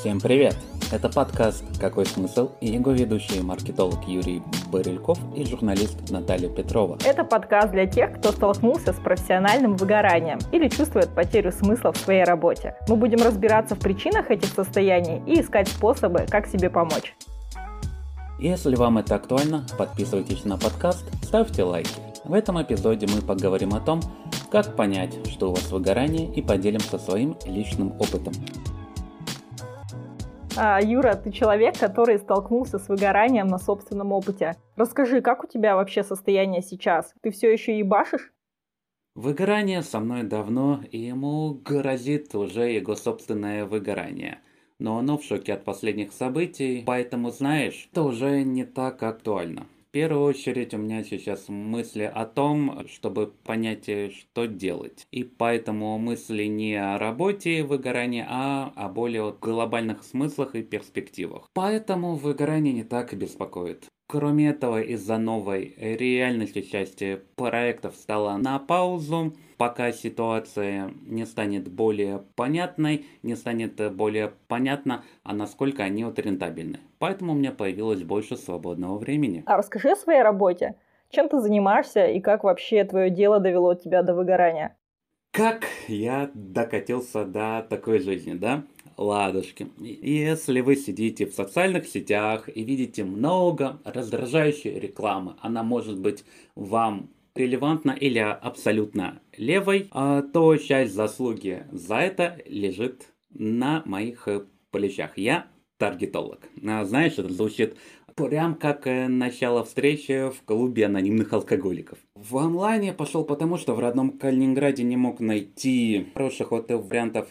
Всем привет! Это подкаст «Какой смысл?» и его ведущие маркетолог Юрий Барельков и журналист Наталья Петрова. Это подкаст для тех, кто столкнулся с профессиональным выгоранием или чувствует потерю смысла в своей работе. Мы будем разбираться в причинах этих состояний и искать способы, как себе помочь. Если вам это актуально, подписывайтесь на подкаст, ставьте лайки. В этом эпизоде мы поговорим о том, как понять, что у вас выгорание, и поделимся своим личным опытом. Юра, ты человек, который столкнулся с выгоранием на собственном опыте. Расскажи, как у тебя вообще состояние сейчас? Ты все еще ебашишь? Выгорание со мной давно, и ему грозит уже его собственное выгорание. Но оно в шоке от последних событий, поэтому, знаешь, это уже не так актуально. В первую очередь у меня сейчас мысли о том, чтобы понять, что делать. И поэтому мысли не о работе и выгорании, а о более глобальных смыслах и перспективах. Поэтому выгорание не так беспокоит. Кроме этого, из-за новой реальности части проектов стала на паузу, пока ситуация не станет более понятной, не станет более понятно, а насколько они рентабельны. Поэтому у меня появилось больше свободного времени. А расскажи о своей работе. Чем ты занимаешься и как вообще твое дело довело тебя до выгорания? Как я докатился до такой жизни, да? Ладушки. Если вы сидите в социальных сетях и видите много раздражающей рекламы, она может быть вам релевантна или абсолютно левой, то часть заслуги за это лежит на моих плечах. Я таргетолог. Знаешь, это звучит прям как начало встречи в клубе анонимных алкоголиков. В онлайне пошел потому, что в родном Калининграде не мог найти хороших вариантов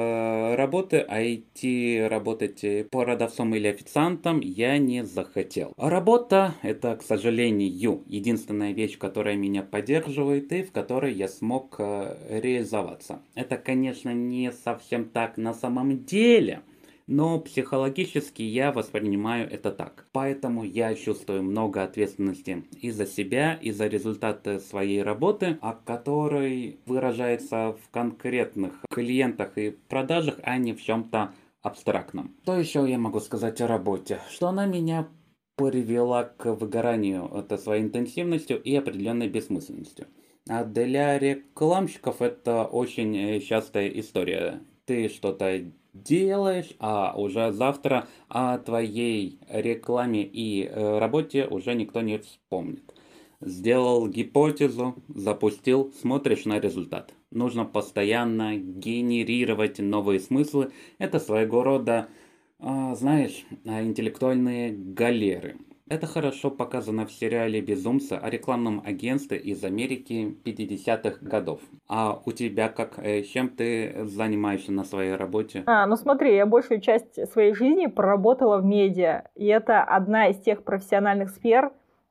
работы, а идти работать продавцом или официантом я не захотел. А работа — это, к сожалению, единственная вещь, которая меня поддерживает и в которой я смог реализоваться. Это, конечно, не совсем так на самом деле, но психологически я воспринимаю это так. Поэтому я чувствую много ответственности и за себя, и за результаты своей работы, который выражается в конкретных клиентах и продажах, а не в чем-то абстрактном. Что еще я могу сказать о работе? Что она меня привела к выгоранию своей интенсивностью и определенной бессмысленностью. А для рекламщиков это очень частая история. Ты что-то делаешь, а уже завтра о твоей рекламе и работе уже никто не вспомнит. Сделал гипотезу, запустил, смотришь на результат. Нужно постоянно генерировать новые смыслы. Это своего рода, знаешь, интеллектуальные галеры. Это хорошо показано в сериале «Безумцы» о рекламном агентстве из Америки 50-х годов. А у тебя как? Чем ты занимаешься на своей работе? Ну смотри, я большую часть своей жизни проработала в медиа. И это одна из тех профессиональных сфер,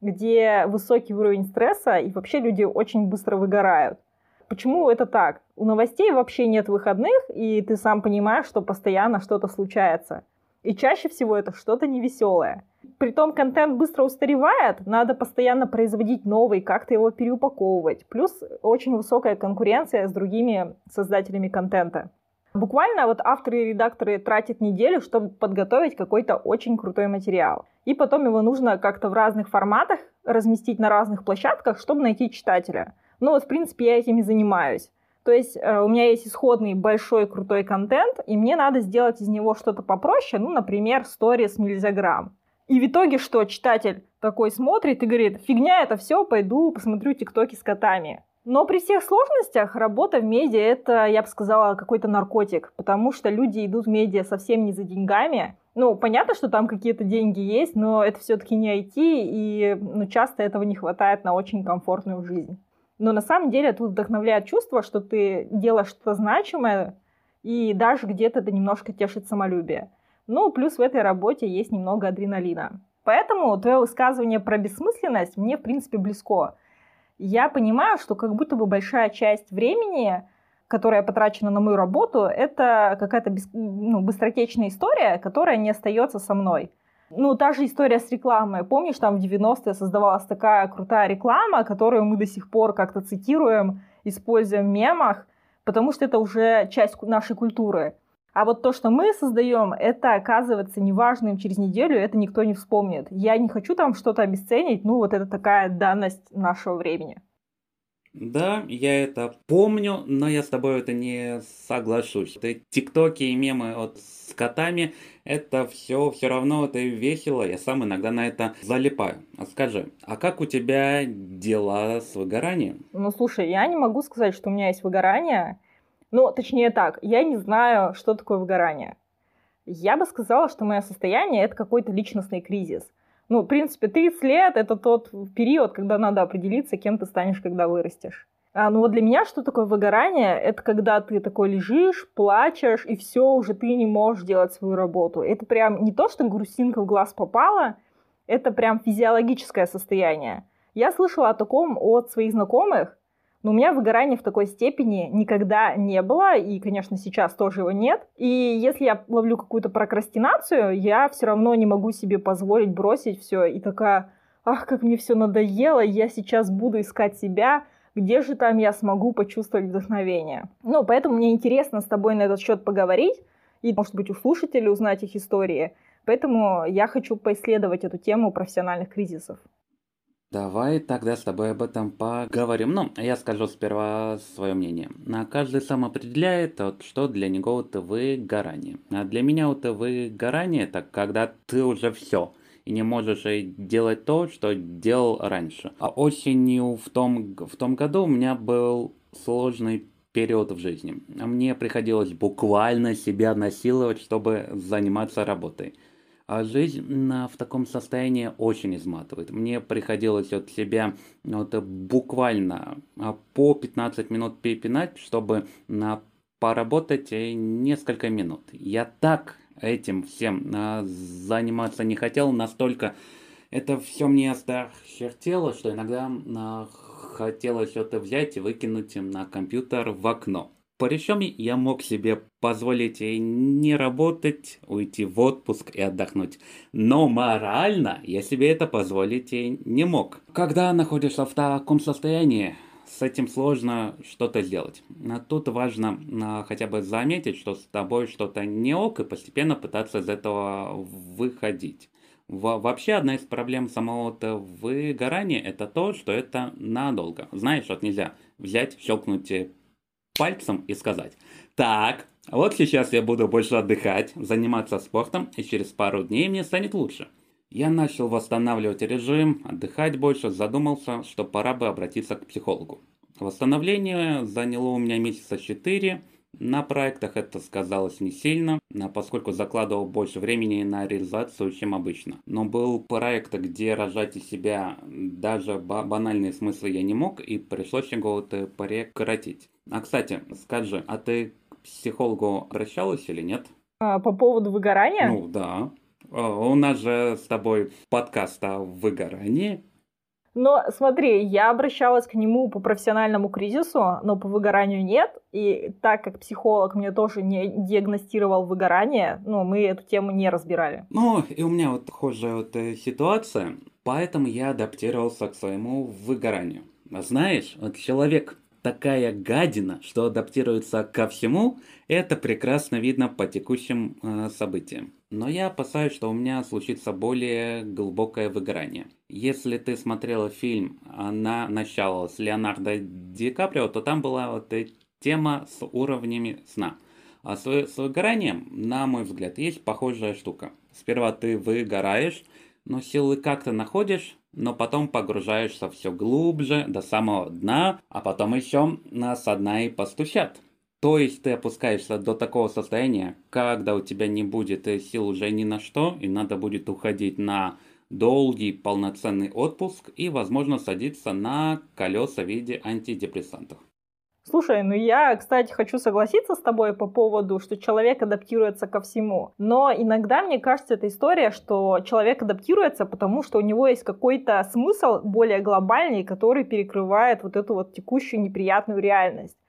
где высокий уровень стресса и вообще люди очень быстро выгорают. Почему это так? У новостей вообще нет выходных, и ты сам понимаешь, что постоянно что-то случается. И чаще всего это что-то невеселое. Притом контент быстро устаревает, надо постоянно производить новый, как-то его переупаковывать. Плюс очень высокая конкуренция с другими создателями контента. Буквально авторы и редакторы тратят неделю, чтобы подготовить какой-то очень крутой материал. И потом его нужно как-то в разных форматах разместить на разных площадках, чтобы найти читателя. В принципе, я этим и занимаюсь. То есть у меня есть исходный большой крутой контент, и мне надо сделать из него что-то попроще, например, сторис нельзя грамм. И в итоге что? Читатель такой смотрит и говорит: фигня это все, пойду посмотрю тиктоки с котами. Но при всех сложностях работа в медиа — это, я бы сказала, какой-то наркотик, потому что люди идут в медиа совсем не за деньгами. Понятно, что там какие-то деньги есть, но это все-таки не IT, и часто этого не хватает на очень комфортную жизнь. Но на самом деле тут вдохновляет чувство, что ты делаешь что-то значимое, и даже где-то это немножко тешит самолюбие. Плюс в этой работе есть немного адреналина. Поэтому твое высказывание про бессмысленность мне, в принципе, близко. Я понимаю, что как будто бы большая часть времени, которая потрачена на мою работу, это какая-то быстротечная история, которая не остается со мной. Та же история с рекламой. Помнишь, там в 90-е создавалась такая крутая реклама, которую мы до сих пор как-то цитируем, используем в мемах, потому что это уже часть нашей культуры. А вот то, что мы создаем, это оказывается неважным через неделю, это никто не вспомнит. Я не хочу там что-то обесценить, ну вот это такая данность нашего времени. Да, я это помню, но я с тобой это не соглашусь. Тиктоки и мемы вот с котами, это все равно это весело, я сам иногда на это залипаю. А скажи, а как у тебя дела с выгоранием? Ну, слушай, я не могу сказать, что у меня есть выгорание. Ну, точнее так, я не знаю, что такое выгорание. Я бы сказала, что мое состояние — это какой-то личностный кризис. Ну, в принципе, 30 лет — это тот период, когда надо определиться, кем ты станешь, когда вырастешь. Ну вот для меня что такое выгорание? Это когда ты такой лежишь, плачешь, и все, уже ты не можешь делать свою работу. Это прям не то, что грустинка в глаз попала, это прям физиологическое состояние. Я слышала о таком от своих знакомых, но у меня выгорания в такой степени никогда не было, и, конечно, сейчас тоже его нет. И если я ловлю какую-то прокрастинацию, я все равно не могу себе позволить бросить все и такая: ах, как мне все надоело, я сейчас буду искать себя, где же там я смогу почувствовать вдохновение. Ну, поэтому мне интересно с тобой на этот счет поговорить, и, может быть, у слушателей узнать их истории. Поэтому я хочу поисследовать эту тему профессиональных кризисов. Давай тогда с тобой об этом поговорим. Ну, я скажу сперва свое мнение. Каждый сам определяет, вот, что для него это выгорание. А для меня это выгорание — это когда ты уже все и не можешь делать то, что делал раньше. А осенью в том году у меня был сложный период в жизни. Мне приходилось буквально себя насиловать, чтобы заниматься работой. А жизнь в таком состоянии очень изматывает. Мне приходилось от себя буквально по 15 минут пинать, чтобы поработать несколько минут. Я так этим всем заниматься не хотел, настолько это все мне осточертело, что иногда хотелось это взять и выкинуть на компьютер в окно. Причем я мог себе позволить и не работать, уйти в отпуск и отдохнуть. Но морально я себе это позволить и не мог. Когда находишься в таком состоянии, с этим сложно что-то сделать. Тут важно хотя бы заметить, что с тобой что-то не ок, и постепенно пытаться из этого выходить. Вообще, одна из проблем самого выгорания — это то, что это надолго. Знаешь, вот нельзя взять, щелкнуть пальцем и сказать: так, вот сейчас я буду больше отдыхать, заниматься спортом, и через пару дней мне станет лучше. Я начал восстанавливать режим, отдыхать больше, задумался, что пора бы обратиться к психологу. Восстановление заняло у меня месяца 4. На проектах это сказалось не сильно, поскольку закладывал больше времени на реализацию, чем обычно. Но был проект, где рожать из себя даже банальные смыслы я не мог, и пришлось его прекратить. А, кстати, скажи, а ты к психологу обращалась или нет? По поводу выгорания? Ну, да. У нас же с тобой подкаст о выгорании. Но смотри, я обращалась к нему по профессиональному кризису, но по выгоранию нет. И так как психолог мне тоже не диагностировал выгорание, мы эту тему не разбирали. Ну, и у меня вот похожая ситуация, поэтому я адаптировался к своему выгоранию. А знаешь, вот человек такая гадина, что адаптируется ко всему, это прекрасно видно по текущим событиям. Но я опасаюсь, что у меня случится более глубокое выгорание. Если ты смотрела фильм на начало с Леонардо Ди Каприо, то там была тема с уровнями сна. А с выгоранием, на мой взгляд, есть похожая штука. Сперва ты выгораешь, но силы как-то находишь, но потом погружаешься все глубже, до самого дна, а потом еще со дна и постучат. То есть ты опускаешься до такого состояния, когда у тебя не будет сил уже ни на что, и надо будет уходить на долгий полноценный отпуск и, возможно, садиться на колеса в виде антидепрессантов. Слушай, я, кстати, хочу согласиться с тобой по поводу, что человек адаптируется ко всему. Но иногда мне кажется, эта история, что человек адаптируется, потому что у него есть какой-то смысл более глобальный, который перекрывает вот эту текущую неприятную реальность.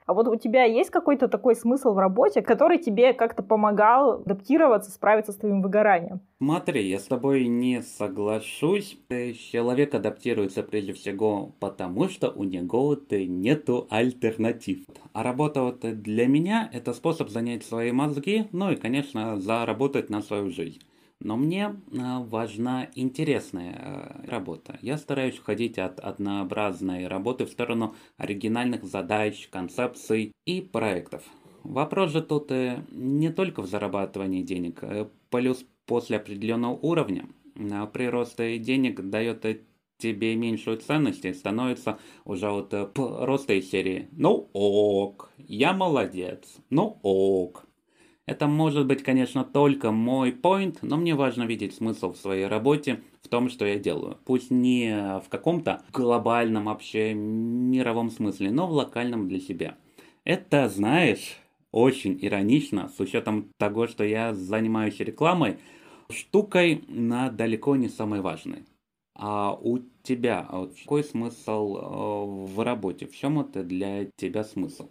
А вот у тебя есть какой-то такой смысл в работе, который тебе как-то помогал адаптироваться, справиться с твоим выгоранием? Смотри, я с тобой не соглашусь. Человек адаптируется прежде всего потому, что у него нету альтернатив. А работа для меня это способ занять свои мозги, ну и, конечно, заработать на свою жизнь. Но мне важна интересная работа. Я стараюсь уходить от однообразной работы в сторону оригинальных задач, концепций и проектов. Вопрос же тут не только в зарабатывании денег. Плюс после определенного уровня прирост денег дает тебе меньшую ценность и становится уже просто из серии «Ну ок, я молодец, ну ок». Это может быть, конечно, только мой point, но мне важно видеть смысл в своей работе, в том, что я делаю. Пусть не в каком-то глобальном, вообще мировом смысле, но в локальном для себя. Это, знаешь, очень иронично, с учетом того, что я занимаюсь рекламой, штукой далеко не самой важной. А у тебя какой смысл в работе? В чем это для тебя смысл?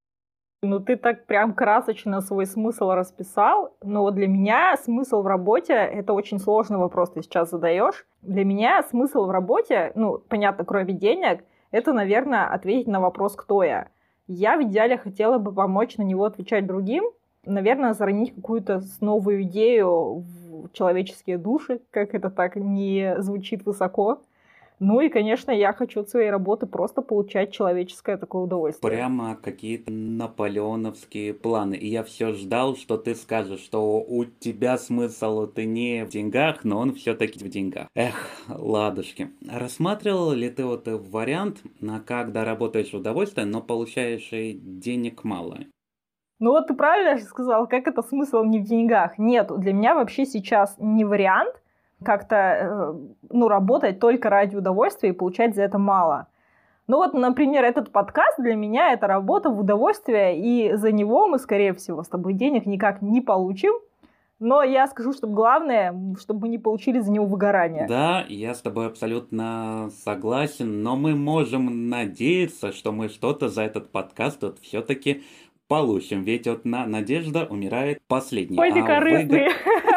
Ну, ты так прям красочно свой смысл расписал. Но вот для меня смысл в работе — это очень сложный вопрос, ты сейчас задаешь. Для меня смысл в работе, ну, понятно, кроме денег, это, наверное, ответить на вопрос, кто я. Я в идеале хотела бы помочь на него отвечать другим, наверное, заронить какую-то новую идею в человеческие души, как это так не звучит высоко. Ну и, конечно, я хочу от своей работы просто получать человеческое такое удовольствие. Прямо какие-то наполеоновские планы. И я все ждал, что ты скажешь, что у тебя смысл ты не в деньгах, но он все-таки в деньгах. Эх, ладушки. Рассматривал ли ты вариант, когда работаешь в удовольствие, но получаешь и денег мало? Ну вот ты правильно сказал, как это смысл не в деньгах. Нет, для меня вообще сейчас не вариант как-то работать только ради удовольствия и получать за это мало. Ну вот, например, этот подкаст для меня — это работа в удовольствие, и за него мы, скорее всего, с тобой денег никак не получим. Но я скажу, что главное, чтобы мы не получили за него выгорание. Да, я с тобой абсолютно согласен, но мы можем надеяться, что мы что-то за этот подкаст все-таки получим. Ведь надежда умирает последней. Ой, ты корыстный.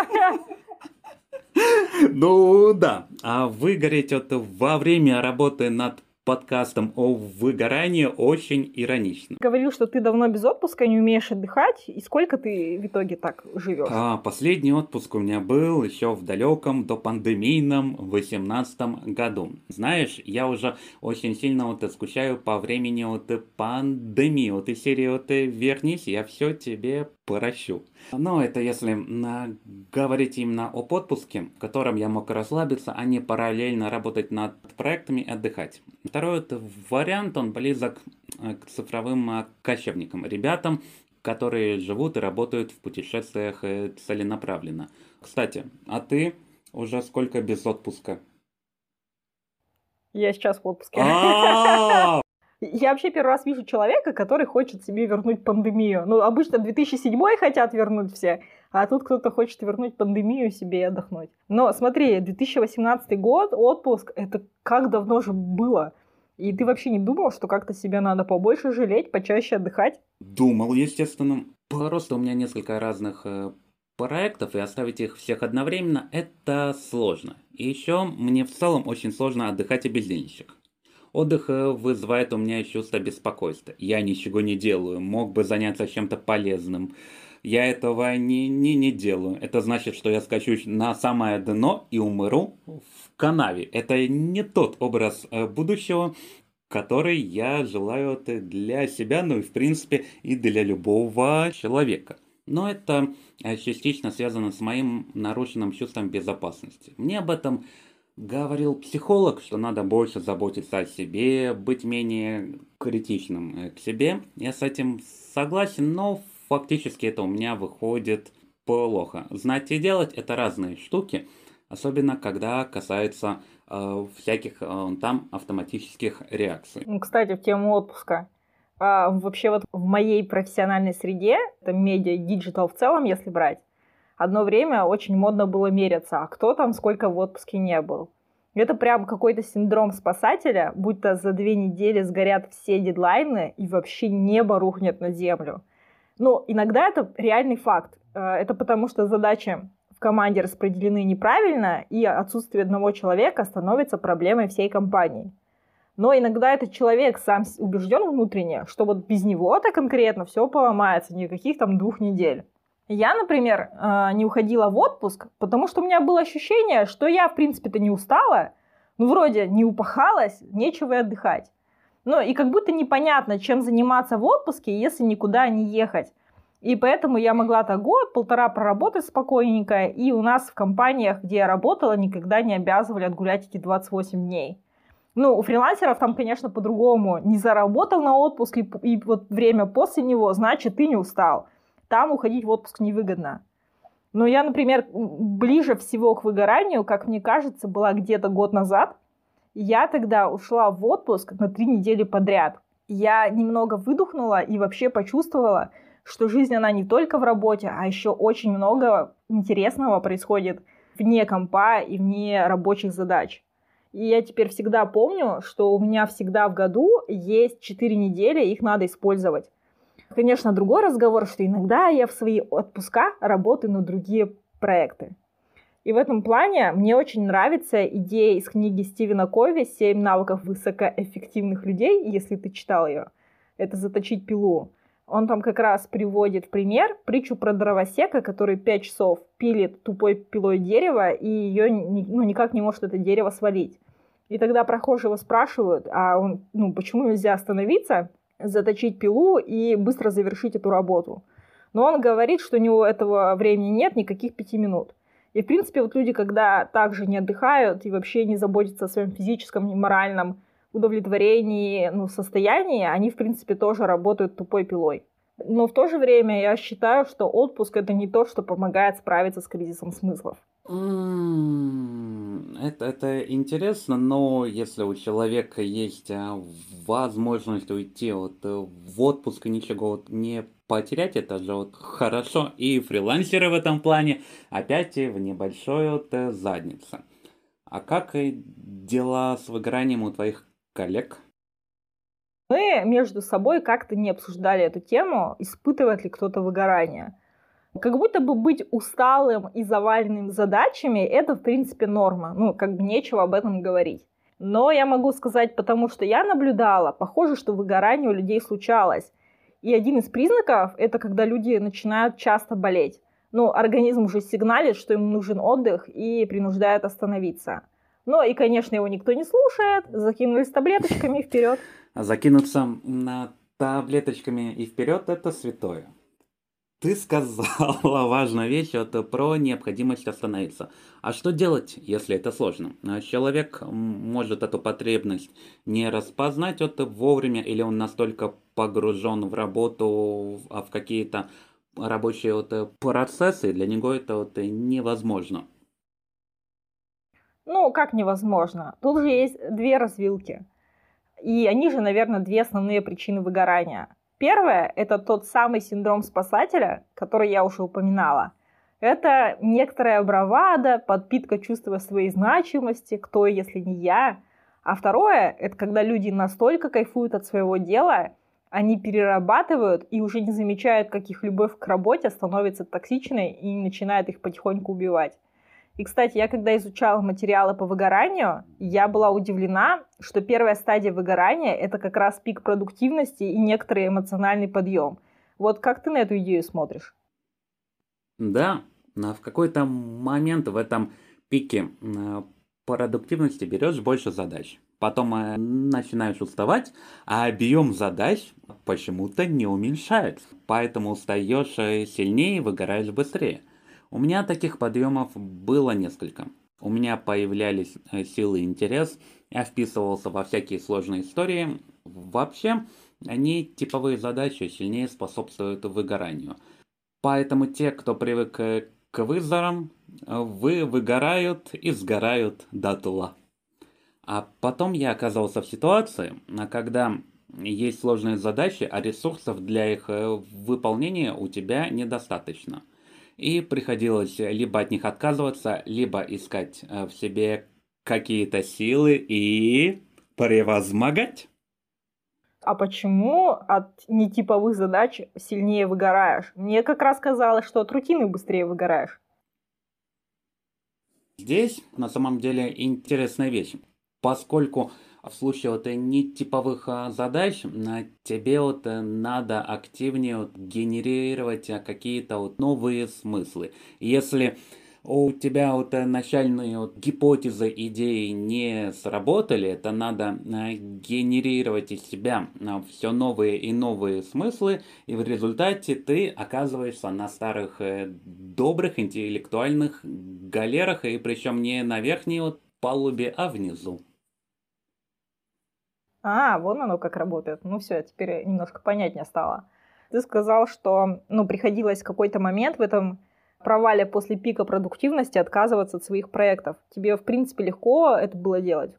Ну да, а выгореть во время работы над подкастом о выгорании очень иронично. Говорил, что ты давно без отпуска, не умеешь отдыхать. И сколько ты в итоге так живешь? Последний отпуск у меня был еще в далеком допандемийном 18 году. Знаешь, я уже очень сильно скучаю по времени пандемии. Из серии вернись, я все тебе прощу. Но это если говорить именно об отпуске, в котором я мог расслабиться, а не параллельно работать над проектами и отдыхать. Второй вариант, он близок к цифровым кочевникам, ребятам, которые живут и работают в путешествиях целенаправленно. Кстати, а ты уже сколько без отпуска? Я сейчас в отпуске. Я вообще первый раз вижу человека, который хочет себе вернуть пандемию. Ну, обычно 2007 хотят вернуть все, а тут кто-то хочет вернуть пандемию себе и отдохнуть. Но смотри, 2018 год, отпуск, это как давно же было? И ты вообще не думал, что как-то себя надо побольше жалеть, почаще отдыхать? Думал, естественно. Просто у меня несколько разных проектов, и оставить их всех одновременно – это сложно. И еще мне в целом очень сложно отдыхать и бездельничать. Отдых вызывает у меня чувство беспокойства. Я ничего не делаю, мог бы заняться чем-то полезным. Я этого не делаю. Это значит, что я скачусь на самое дно и умру в канаве. Это не тот образ будущего, который я желаю для себя, ну и в принципе и для любого человека. Но это частично связано с моим нарушенным чувством безопасности. Мне об этом говорил психолог, что надо больше заботиться о себе, быть менее критичным к себе. Я с этим согласен, но фактически это у меня выходит плохо. Знать и делать — это разные штуки, особенно когда касается всяких там автоматических реакций. Кстати, в тему отпуска. Вообще вот в моей профессиональной среде, это медиа, диджитал в целом, если брать, одно время очень модно было меряться, а кто там сколько в отпуске не был. Это прям какой-то синдром спасателя, будто за 2 недели сгорят все дедлайны и вообще небо рухнет на землю. Но иногда это реальный факт. Это потому, что задачи в команде распределены неправильно, и отсутствие одного человека становится проблемой всей компании. Но иногда этот человек сам убежден внутренне, что вот без него-то конкретно все поломается, никаких там 2 недель. Я, например, не уходила в отпуск, потому что у меня было ощущение, что я, в принципе-то, не устала, ну, вроде не упахалась, нечего и отдыхать. Ну, и как будто непонятно, чем заниматься в отпуске, если никуда не ехать. И поэтому я могла так год-полтора проработать спокойненько, и у нас в компаниях, где я работала, никогда не обязывали отгулять эти 28 дней. Ну, у фрилансеров там, конечно, по-другому. Не заработал на отпуск, и вот время после него, значит, ты не устал. Там уходить в отпуск невыгодно. Но я, например, ближе всего к выгоранию, как мне кажется, была где-то год назад. Я тогда ушла в отпуск на 3 недели подряд. Я немного выдохнула и вообще почувствовала, что жизнь, она не только в работе, а еще очень много интересного происходит вне компа и вне рабочих задач. И я теперь всегда помню, что у меня всегда в году есть 4 недели, их надо использовать. Конечно, другой разговор, что иногда я в свои отпуска работаю на другие проекты. И в этом плане мне очень нравится идея из книги Стивена Кови «7 навыков высокоэффективных людей», если ты читал ее. Это «Заточить пилу». Он там как раз приводит в пример притчу про дровосека, который 5 часов пилит тупой пилой дерево, и ее никак не может это дерево свалить. И тогда прохожего спрашивают, почему нельзя остановиться, заточить пилу и быстро завершить эту работу. Но он говорит, что у него этого времени нет, никаких 5 минут. И, в принципе, вот люди, когда также не отдыхают и вообще не заботятся о своем физическом и моральном удовлетворении, состоянии, они, в принципе, тоже работают тупой пилой. Но в то же время я считаю, что отпуск — это не то, что помогает справиться с кризисом смыслов. Это интересно, но если у человека есть возможность уйти в отпуск и ничего не потерять, это же хорошо. И фрилансеры в этом плане опять в небольшой заднице. А как дела с выгоранием у твоих коллег? Мы между собой как-то не обсуждали эту тему, испытывает ли кто-то выгорание. Как будто бы быть усталым и заваленным задачами — это, в принципе, норма. Нечего об этом говорить. Но я могу сказать, потому что я наблюдала, похоже, что выгорание у людей случалось. И один из признаков — это когда люди начинают часто болеть. Организм уже сигналит, что им нужен отдых и принуждает остановиться. И, конечно, его никто не слушает. Закинулись таблеточками и вперед. Закинуться таблеточками и вперед — это святое. Ты сказала важную вещь про необходимость остановиться. А что делать, если это сложно? Человек может эту потребность не распознать вовремя, или он настолько погружен в работу, в какие-то рабочие процессы, для него это невозможно. Как невозможно? Тут же есть 2 развилки. И они же, наверное, 2 основные причины выгорания. Первое — это тот самый синдром спасателя, который я уже упоминала. Это некоторая бравада, подпитка чувства своей значимости, кто, если не я. А второе — это когда люди настолько кайфуют от своего дела, они перерабатывают и уже не замечают, как их любовь к работе становится токсичной и начинает их потихоньку убивать. И, кстати, я когда изучала материалы по выгоранию, я была удивлена, что первая стадия выгорания — это как раз пик продуктивности и некоторый эмоциональный подъем. Вот как ты на эту идею смотришь? Да, в какой-то момент в этом пике продуктивности берешь больше задач. Потом начинаешь уставать, а объем задач почему-то не уменьшается. Поэтому устаешь сильнее и выгораешь быстрее. У меня таких подъемов было несколько. У меня появлялись силы и интерес, я вписывался во всякие сложные истории. Вообще, они типовые задачи сильнее способствуют выгоранию. Поэтому те, кто привык к вызовам, выгорают и сгорают дотла. А потом я оказался в ситуации, когда есть сложные задачи, а ресурсов для их выполнения у тебя недостаточно. И приходилось либо от них отказываться, либо искать в себе какие-то силы и превозмогать. А почему от нетиповых задач сильнее выгораешь? Мне как раз казалось, что от рутины быстрее выгораешь. Здесь на самом деле интересная вещь, поскольку в случае вот нетиповых задач тебе вот надо активнее вот генерировать какие-то вот новые смыслы. Если у тебя вот начальные вот гипотезы, идеи не сработали, это надо генерировать из себя все новые и новые смыслы, и в результате ты оказываешься на старых добрых интеллектуальных галерах, и причем не на верхней вот палубе, а внизу. А, вон оно как работает. Ну все, теперь немножко понятнее стало. Ты сказал, что приходилось в какой-то момент в этом провале после пика продуктивности отказываться от своих проектов. Тебе, в принципе, легко это было делать?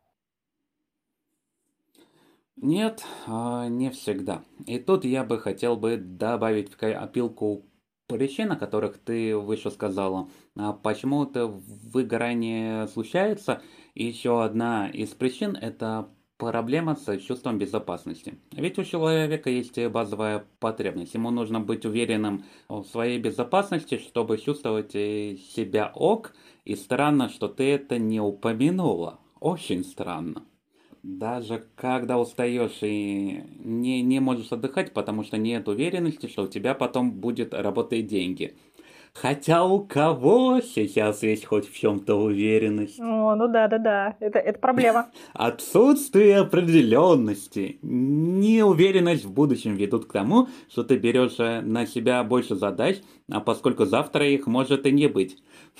Нет, не всегда. И тут я бы хотел бы добавить в опилку причин, о которых ты выше сказала. Почему это выгорание случается? И еще одна из причин – это проблема с чувством безопасности. Ведь у человека есть базовая потребность. Ему нужно быть уверенным в своей безопасности, чтобы чувствовать себя ок. И странно, что ты это не упомянула. Очень странно. Даже когда устаешь и не можешь отдыхать, потому что нет уверенности, что у тебя потом будет работать деньги. Хотя у кого сейчас есть хоть в чем-то уверенность? О, ну да, это проблема. Отсутствие определенности, неуверенность в будущем ведут к тому, что ты берешь на себя больше задач, а поскольку завтра их может и не быть.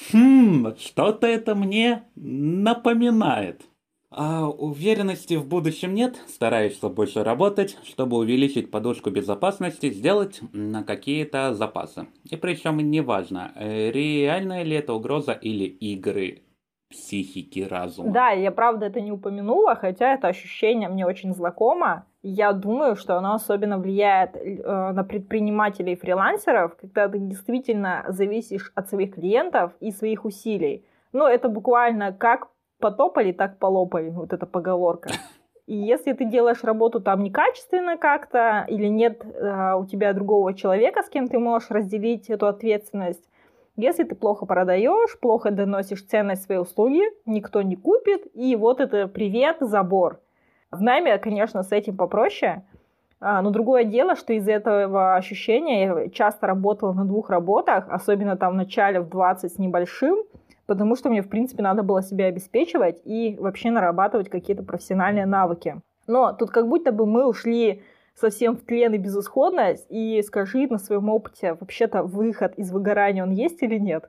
Что-то это мне напоминает. А уверенности в будущем нет, стараешься больше работать, чтобы увеличить подушку безопасности, сделать на какие-то запасы. И причем неважно, реальная ли это угроза или игры психики разума. Да, я правда это не упомянула, хотя это ощущение мне очень знакомо. Я думаю, что оно особенно влияет на предпринимателей и фрилансеров, когда ты действительно зависишь от своих клиентов и своих усилий. Ну, это буквально как потопали, так полопали, вот эта поговорка. И если ты делаешь работу там некачественно как-то, или нет у тебя другого человека, с кем ты можешь разделить эту ответственность, если ты плохо продаешь, плохо доносишь ценность своей услуги, никто не купит, и вот это привет, забор. В найме, конечно, с этим попроще, но другое дело, что из-за этого ощущения я часто работала на 2 работах, особенно там в начале в 20 с небольшим, потому что мне, в принципе, надо было себя обеспечивать и вообще нарабатывать какие-то профессиональные навыки. Но тут как будто бы мы ушли совсем в тлен и безысходность, и скажи на своем опыте, вообще-то выход из выгорания, он есть или нет?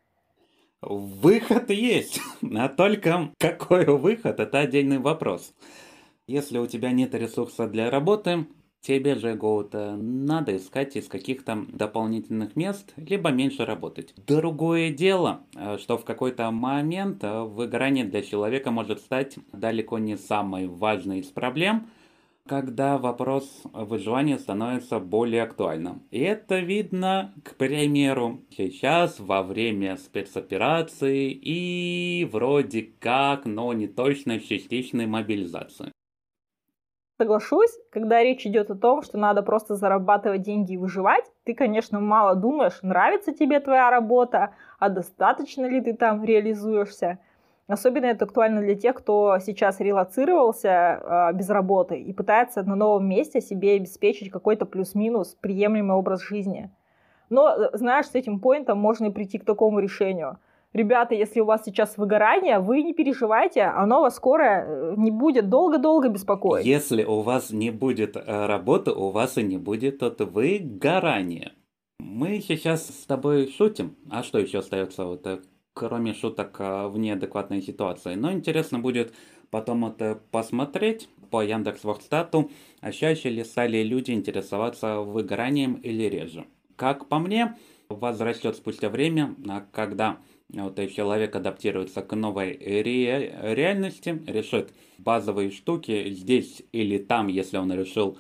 Выход есть, а только какой выход – это отдельный вопрос. Если у тебя нет ресурса для работы, тебе же Гоута надо искать из каких-то дополнительных мест, либо меньше работать. Другое дело, что в какой-то момент выгорание для человека может стать далеко не самой важной из проблем, когда вопрос выживания становится более актуальным. И это видно, к примеру, сейчас во время спецоперации и вроде как, но не точно частичной мобилизации. Соглашусь, когда речь идет о том, что надо просто зарабатывать деньги и выживать, ты, конечно, мало думаешь, нравится тебе твоя работа, а достаточно ли ты там реализуешься. Особенно это актуально для тех, кто сейчас релоцировался без работы и пытается на новом месте себе обеспечить какой-то плюс-минус приемлемый образ жизни. Но, знаешь, с этим поинтом можно и прийти к такому решению. Ребята, если у вас сейчас выгорание, вы не переживайте, оно вас скоро не будет долго-долго беспокоить. Если у вас не будет работы, у вас и не будет выгорания. Мы сейчас с тобой шутим, а что еще остается кроме шуток в неадекватной ситуации? Но интересно будет потом это посмотреть по Яндекс.Воркстату, а чаще ли стали люди интересоваться выгоранием или реже. Как по мне, возрастет спустя время, когда человек адаптируется к новой реальности, решит базовые штуки здесь или там, если он решил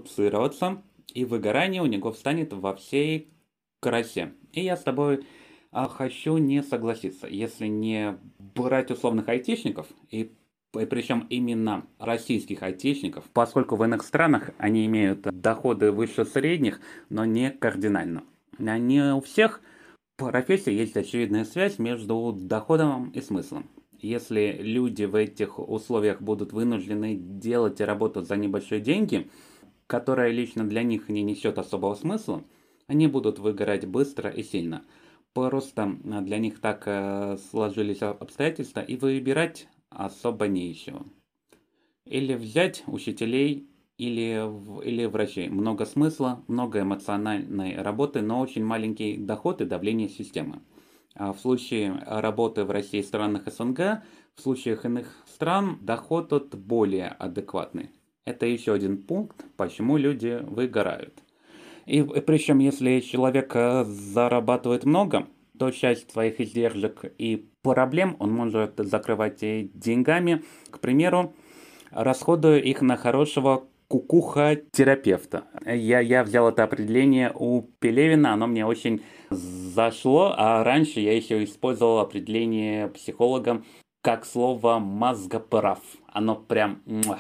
релоцироваться, и выгорание у него встанет во всей красе. И я с тобой хочу не согласиться. Если не брать условных айтишников, и причем именно российских айтишников, поскольку в иных странах они имеют доходы выше средних, но не кардинально. Не у всех профессий есть очевидная связь между доходом и смыслом. Если люди в этих условиях будут вынуждены делать и работать за небольшие деньги, которая лично для них не несет особого смысла, они будут выгорать быстро и сильно. Просто для них так сложились обстоятельства, и выбирать особо нечего. Или взять учителей, или врачей. Много смысла, много эмоциональной работы, но очень маленький доход и давление системы. В случае работы в России и странах СНГ, в случаях иных стран доход тут более адекватный. Это еще один пункт, почему люди выгорают. И причем, если человек зарабатывает много, то часть своих издержек и проблем он может закрывать и деньгами. К примеру, расходуя их на хорошего кукуха-терапевта. Я взял это определение у Пелевина, оно мне очень зашло, а раньше я еще использовал определение психологом как слово «мозгоправ». Оно прям...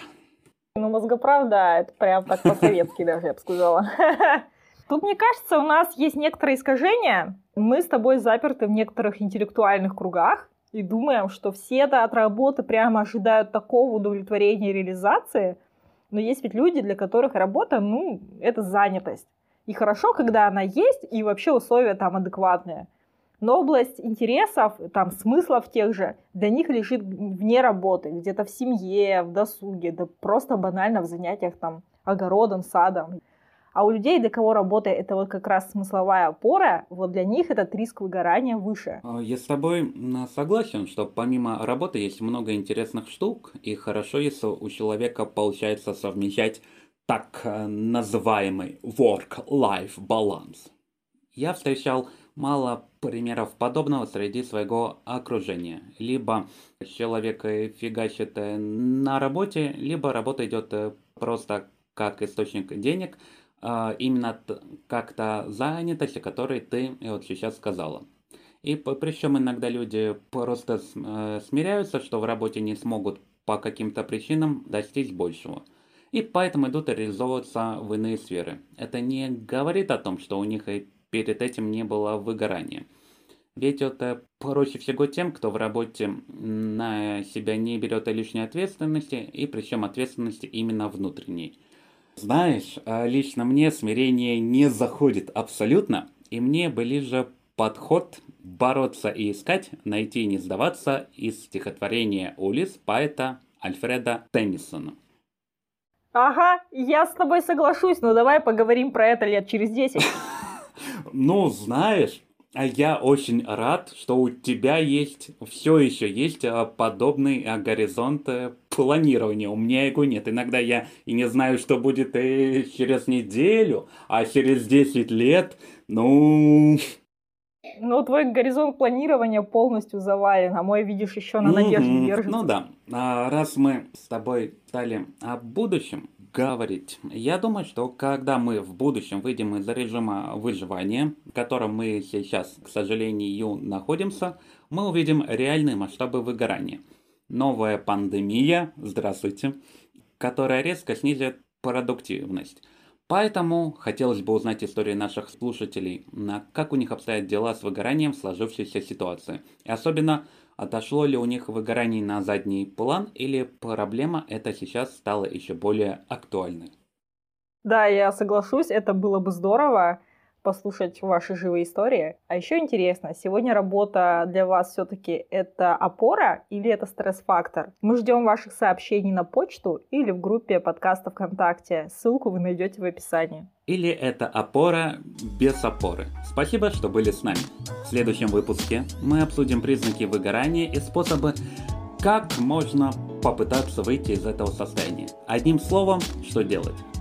Ну, мозгоправ, да, это прям так по-советски даже, я бы сказала. Тут, мне кажется, у нас есть некоторые искажения. Мы с тобой заперты в некоторых интеллектуальных кругах и думаем, что все от работы прямо ожидают такого удовлетворения и реализации. Но есть ведь люди, для которых работа, это занятость. И хорошо, когда она есть, и вообще условия там адекватные. Но область интересов, там, смыслов тех же, для них лежит вне работы, где-то в семье, в досуге, да просто банально в занятиях там огородом, садом. А у людей, для кого работа это вот как раз смысловая опора, вот для них этот риск выгорания выше. Я с тобой согласен, что помимо работы есть много интересных штук, и хорошо, если у человека получается совмещать так называемый work-life balance. Я встречал мало примеров подобного среди своего окружения. Либо человек фигачит на работе, либо работа идет просто как источник денег, именно как-то занятость, о которой ты вот сейчас сказала. И причем иногда люди просто смиряются, что в работе не смогут по каким-то причинам достичь большего. И поэтому идут реализовываться в иные сферы. Это не говорит о том, что у них и перед этим не было выгорания. Ведь это проще всего тем, кто в работе на себя не берет лишней ответственности, и причем ответственности именно внутренней. Знаешь, лично мне смирение не заходит абсолютно, и мне ближе подход бороться и искать, найти и не сдаваться из стихотворения «Улисс» поэта Альфреда Теннисона. Ага, я с тобой соглашусь, но давай поговорим про это лет через 10. Ну, знаешь, я очень рад, что у тебя все еще есть подобный горизонт планирования. У меня его нет. Иногда я и не знаю, что будет через неделю, а через 10 лет, Ну, твой горизонт планирования полностью завален, а мой, видишь, еще на надежде держится. Ну да. Раз мы с тобой стали о будущем говорить, я думаю, что когда мы в будущем выйдем из режима выживания, в котором мы сейчас, к сожалению, находимся, мы увидим реальные масштабы выгорания. Новая пандемия, здравствуйте, которая резко снизит продуктивность. Поэтому хотелось бы узнать истории наших слушателей, как у них обстоят дела с выгоранием в сложившейся ситуации. И особенно, отошло ли у них выгорание на задний план, или проблема эта сейчас стала еще более актуальной. Да, я соглашусь, это было бы здорово послушать ваши живые истории. А еще интересно, сегодня работа для вас все-таки это опора или это стресс-фактор? Мы ждем ваших сообщений на почту или в группе подкаста ВКонтакте. Ссылку вы найдете в описании. Или это опора без опоры. Спасибо, что были с нами. В следующем выпуске мы обсудим признаки выгорания и способы, как можно попытаться выйти из этого состояния. Одним словом, что делать.